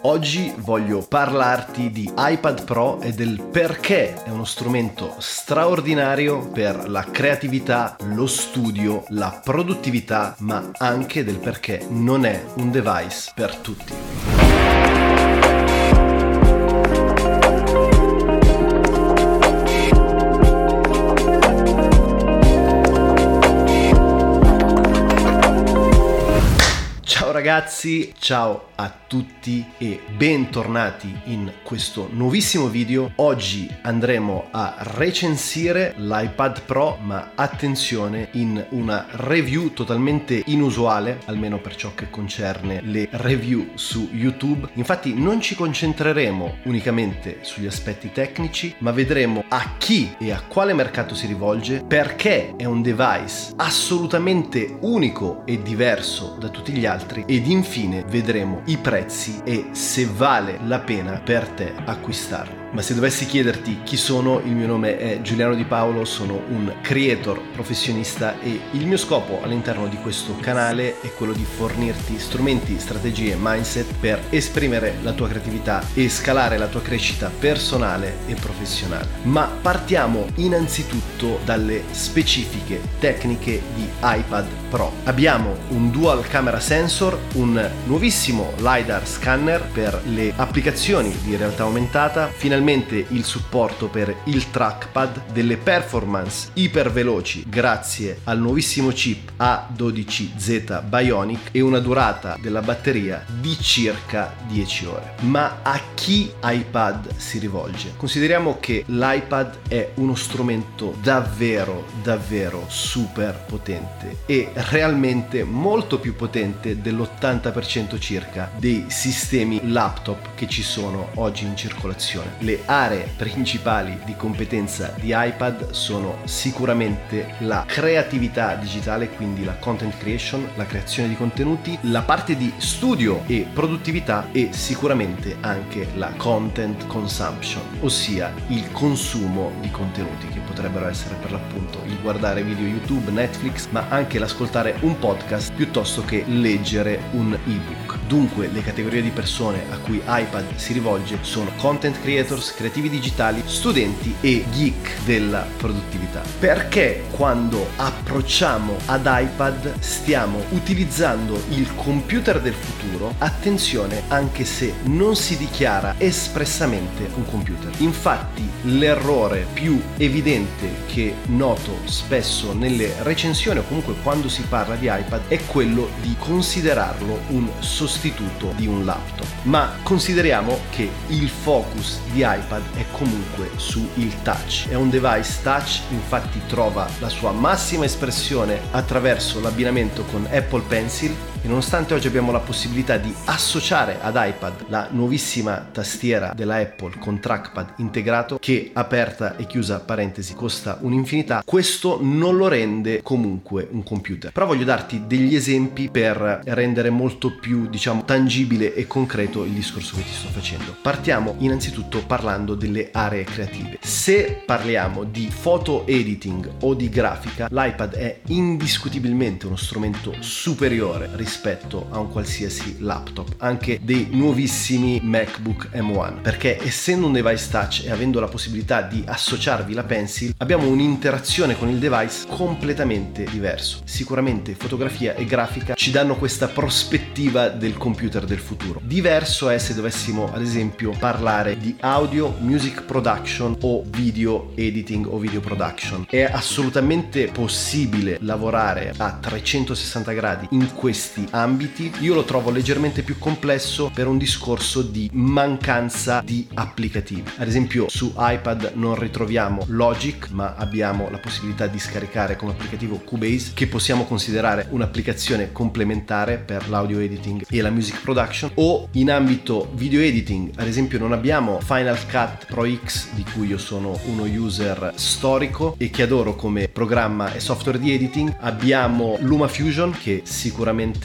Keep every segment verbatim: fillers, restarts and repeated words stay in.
Oggi voglio parlarti di iPad Pro e del perché è uno strumento straordinario per la creatività, lo studio, la produttività, ma anche del perché non è un device per tutti. Ciao ragazzi, ciao a tutti e bentornati in questo nuovissimo video. Oggi andremo a recensire l'iPad Pro, ma attenzione, in una review totalmente inusuale, almeno per ciò che concerne le review su YouTube. Infatti non ci concentreremo unicamente sugli aspetti tecnici, ma vedremo a chi e a quale mercato si rivolge, perché è un device assolutamente unico e diverso da tutti gli altri ed infine vedremo i prezzi e se vale la pena per te acquistarlo. Ma se dovessi chiederti chi sono, il mio nome è Giuliano Di Paolo, sono un creator professionista e il mio scopo all'interno di questo canale è quello di fornirti strumenti, strategie e mindset per esprimere la tua creatività e scalare la tua crescita personale e professionale. Ma partiamo innanzitutto dalle specifiche tecniche di iPad Pro. Abbiamo un dual camera sensor, un nuovissimo LiDAR scanner per le applicazioni di realtà aumentata, finalmente il supporto per il trackpad, delle performance iperveloci grazie al nuovissimo chip A dodici Z Bionic e una durata della batteria di circa dieci ore. Ma a chi iPad si rivolge? Consideriamo che l'iPad è uno strumento davvero davvero super potente e realmente molto più potente dell'ottanta per cento circa dei sistemi laptop che ci sono oggi in circolazione. Le aree principali di competenza di iPad sono sicuramente la creatività digitale, quindi la content creation, la creazione di contenuti, la parte di studio e produttività e sicuramente anche la content consumption, ossia il consumo di contenuti che potrebbero essere per l'appunto il guardare video YouTube, Netflix, ma anche l'ascoltare un podcast piuttosto che leggere un ebook. Dunque le categorie di persone a cui iPad si rivolge sono content creators, creativi digitali, studenti e geek della produttività. Perché quando approcciamo ad iPad stiamo utilizzando il computer del futuro, attenzione, anche se non si dichiara espressamente un computer. Infatti l'errore più evidente che noto spesso nelle recensioni o comunque quando si parla di iPad è quello di considerarlo un sostituto di un laptop. Ma consideriamo che il focus di iPad è comunque sul touch. È un device touch, infatti trova la sua massima espressione attraverso l'abbinamento con Apple Pencil e nonostante oggi abbiamo la possibilità di associare ad iPad la nuovissima tastiera della Apple con trackpad integrato che, aperta e chiusa parentesi, costa un'infinità, questo non lo rende comunque un computer. Però voglio darti degli esempi per rendere molto più, diciamo, tangibile e concreto il discorso che ti sto facendo. Partiamo innanzitutto parlando delle aree creative. Se parliamo di photo editing o di grafica, l'iPad è indiscutibilmente uno strumento superiore rispetto rispetto a un qualsiasi laptop, anche dei nuovissimi MacBook M uno, perché essendo un device touch e avendo la possibilità di associarvi la pencil abbiamo un'interazione con il device completamente diverso. Sicuramente fotografia e grafica ci danno questa prospettiva del computer del futuro. Diverso è se dovessimo ad esempio parlare di audio, music production o video editing o video production. È assolutamente possibile lavorare a trecentosessanta gradi in questi ambiti. Io lo trovo leggermente più complesso per un discorso di mancanza di applicativi. Ad esempio su iPad non ritroviamo Logic, ma abbiamo la possibilità di scaricare come applicativo Cubase, che possiamo considerare un'applicazione complementare per l'audio editing e la music production. O in ambito video editing, ad esempio, non abbiamo Final Cut Pro X, di cui io sono uno user storico e che adoro come programma e software di editing. Abbiamo LumaFusion, che sicuramente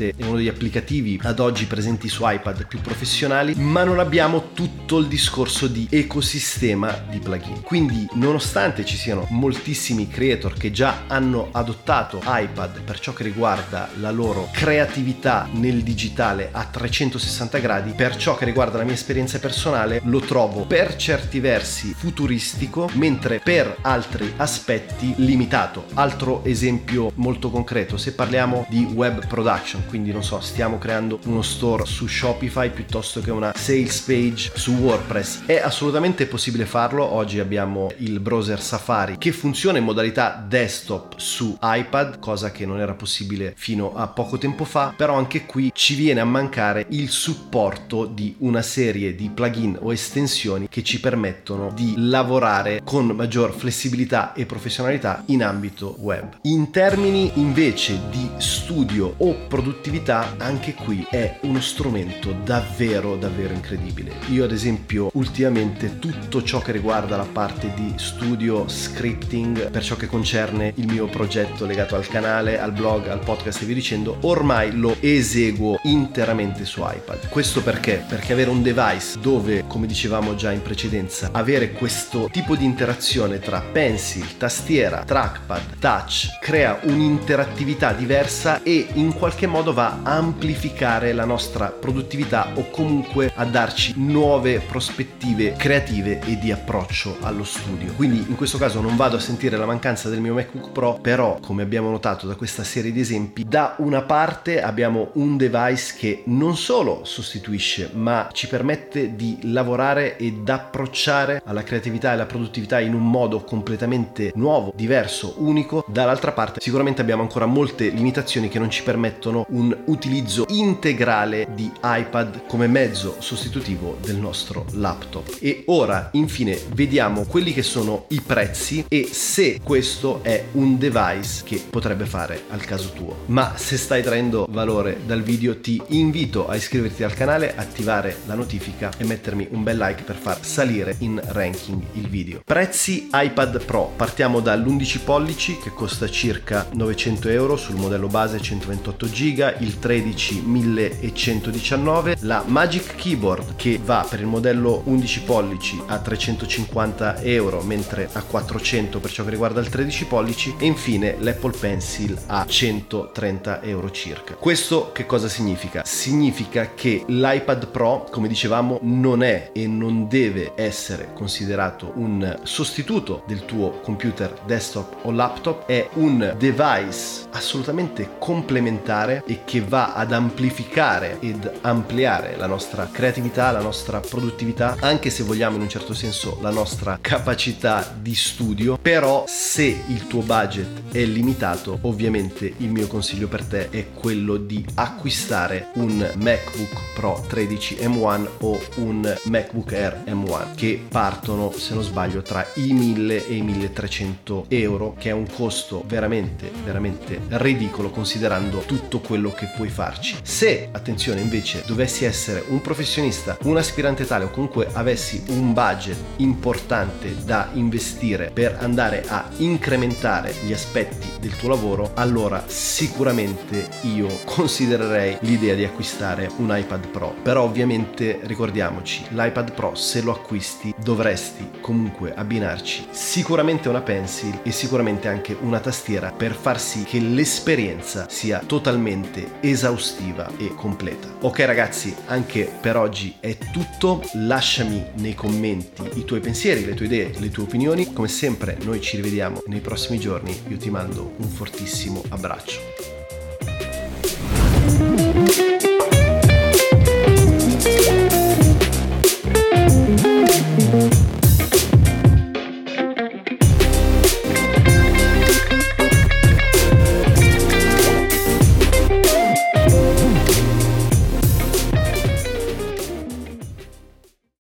delle, è uno degli applicativi ad oggi presenti su iPad più professionali, ma non abbiamo tutto il discorso di ecosistema di plugin. Quindi nonostante ci siano moltissimi creator che già hanno adottato iPad per ciò che riguarda la loro creatività nel digitale a trecentosessanta gradi, per ciò che riguarda la mia esperienza personale lo trovo per certi versi futuristico, mentre per altri aspetti limitato. Altro esempio molto concreto: se parliamo di web production, quindi non so, stiamo creando uno store su Shopify piuttosto che una sales page su WordPress, è assolutamente possibile farlo. Oggi abbiamo il browser Safari che funziona in modalità desktop su iPad, cosa che non era possibile fino a poco tempo fa, però anche qui ci viene a mancare il supporto di una serie di plugin o estensioni che ci permettono di lavorare con maggior flessibilità e professionalità in ambito web. In termini invece di studio o produttività, anche qui è uno strumento davvero davvero incredibile. Io ad esempio ultimamente tutto ciò che riguarda la parte di studio, scripting, per ciò che concerne il mio progetto legato al canale, al blog, al podcast e via dicendo, ormai lo eseguo interamente su iPad. Questo perché? Perché avere un device dove, come dicevamo già in precedenza, avere questo tipo di interazione tra pencil, tastiera, trackpad, touch crea un'interattività diversa e in qualche modo va a amplificare la nostra produttività o comunque a darci nuove prospettive creative e di approccio allo studio. Quindi in questo caso non vado a sentire la mancanza del mio MacBook Pro, però come abbiamo notato da questa serie di esempi, da una parte abbiamo un device che non solo sostituisce ma ci permette di lavorare ed approcciare alla creatività e alla produttività in un modo completamente nuovo, diverso, unico. Dall'altra parte sicuramente abbiamo ancora molte limitazioni che non ci permettono un utilizzo integrale di iPad come mezzo sostitutivo del nostro laptop. E ora infine vediamo quelli che sono i prezzi e se questo è un device che potrebbe fare al caso tuo. Ma se stai traendo valore dal video ti invito a iscriverti al canale, attivare la notifica e mettermi un bel like per far salire in ranking il video. Prezzi iPad Pro: partiamo dall'undici pollici che costa circa novecento euro sul modello base centoventotto giga, il tredici millecentodiciannove, la Magic Keyboard che va per il modello undici pollici a trecentocinquanta euro mentre a quattrocento per ciò che riguarda il tredici pollici, e infine l'Apple Pencil a centotrenta euro circa. Questo che cosa significa? Significa che l'iPad Pro, come dicevamo, non è e non deve essere considerato un sostituto del tuo computer desktop o laptop, è un device assolutamente complementare e che va ad amplificare ed ampliare la nostra creatività, la nostra produttività, anche se vogliamo in un certo senso la nostra capacità di studio. Però se il tuo budget è limitato, ovviamente il mio consiglio per te è quello di acquistare un MacBook Pro tredici M uno o un MacBook Air M uno che partono, se non sbaglio, tra i mille e i milletrecento euro, che è un costo veramente veramente ridicolo considerando tutto quello che puoi farci. Se, attenzione, invece dovessi essere un professionista, un aspirante tale o comunque avessi un budget importante da investire per andare a incrementare gli aspetti del tuo lavoro, allora sicuramente io considererei l'idea di acquistare un iPad Pro. Però ovviamente ricordiamoci, l'iPad Pro, se lo acquisti, dovresti comunque abbinarci sicuramente una pencil e sicuramente anche una tastiera per far sì che l'esperienza sia totalmente esaustiva e completa. Ok ragazzi, anche per oggi è tutto. Lasciami nei commenti i tuoi pensieri, le tue idee, le tue opinioni. Come sempre noi ci rivediamo nei prossimi giorni. Io ti mando un fortissimo abbraccio.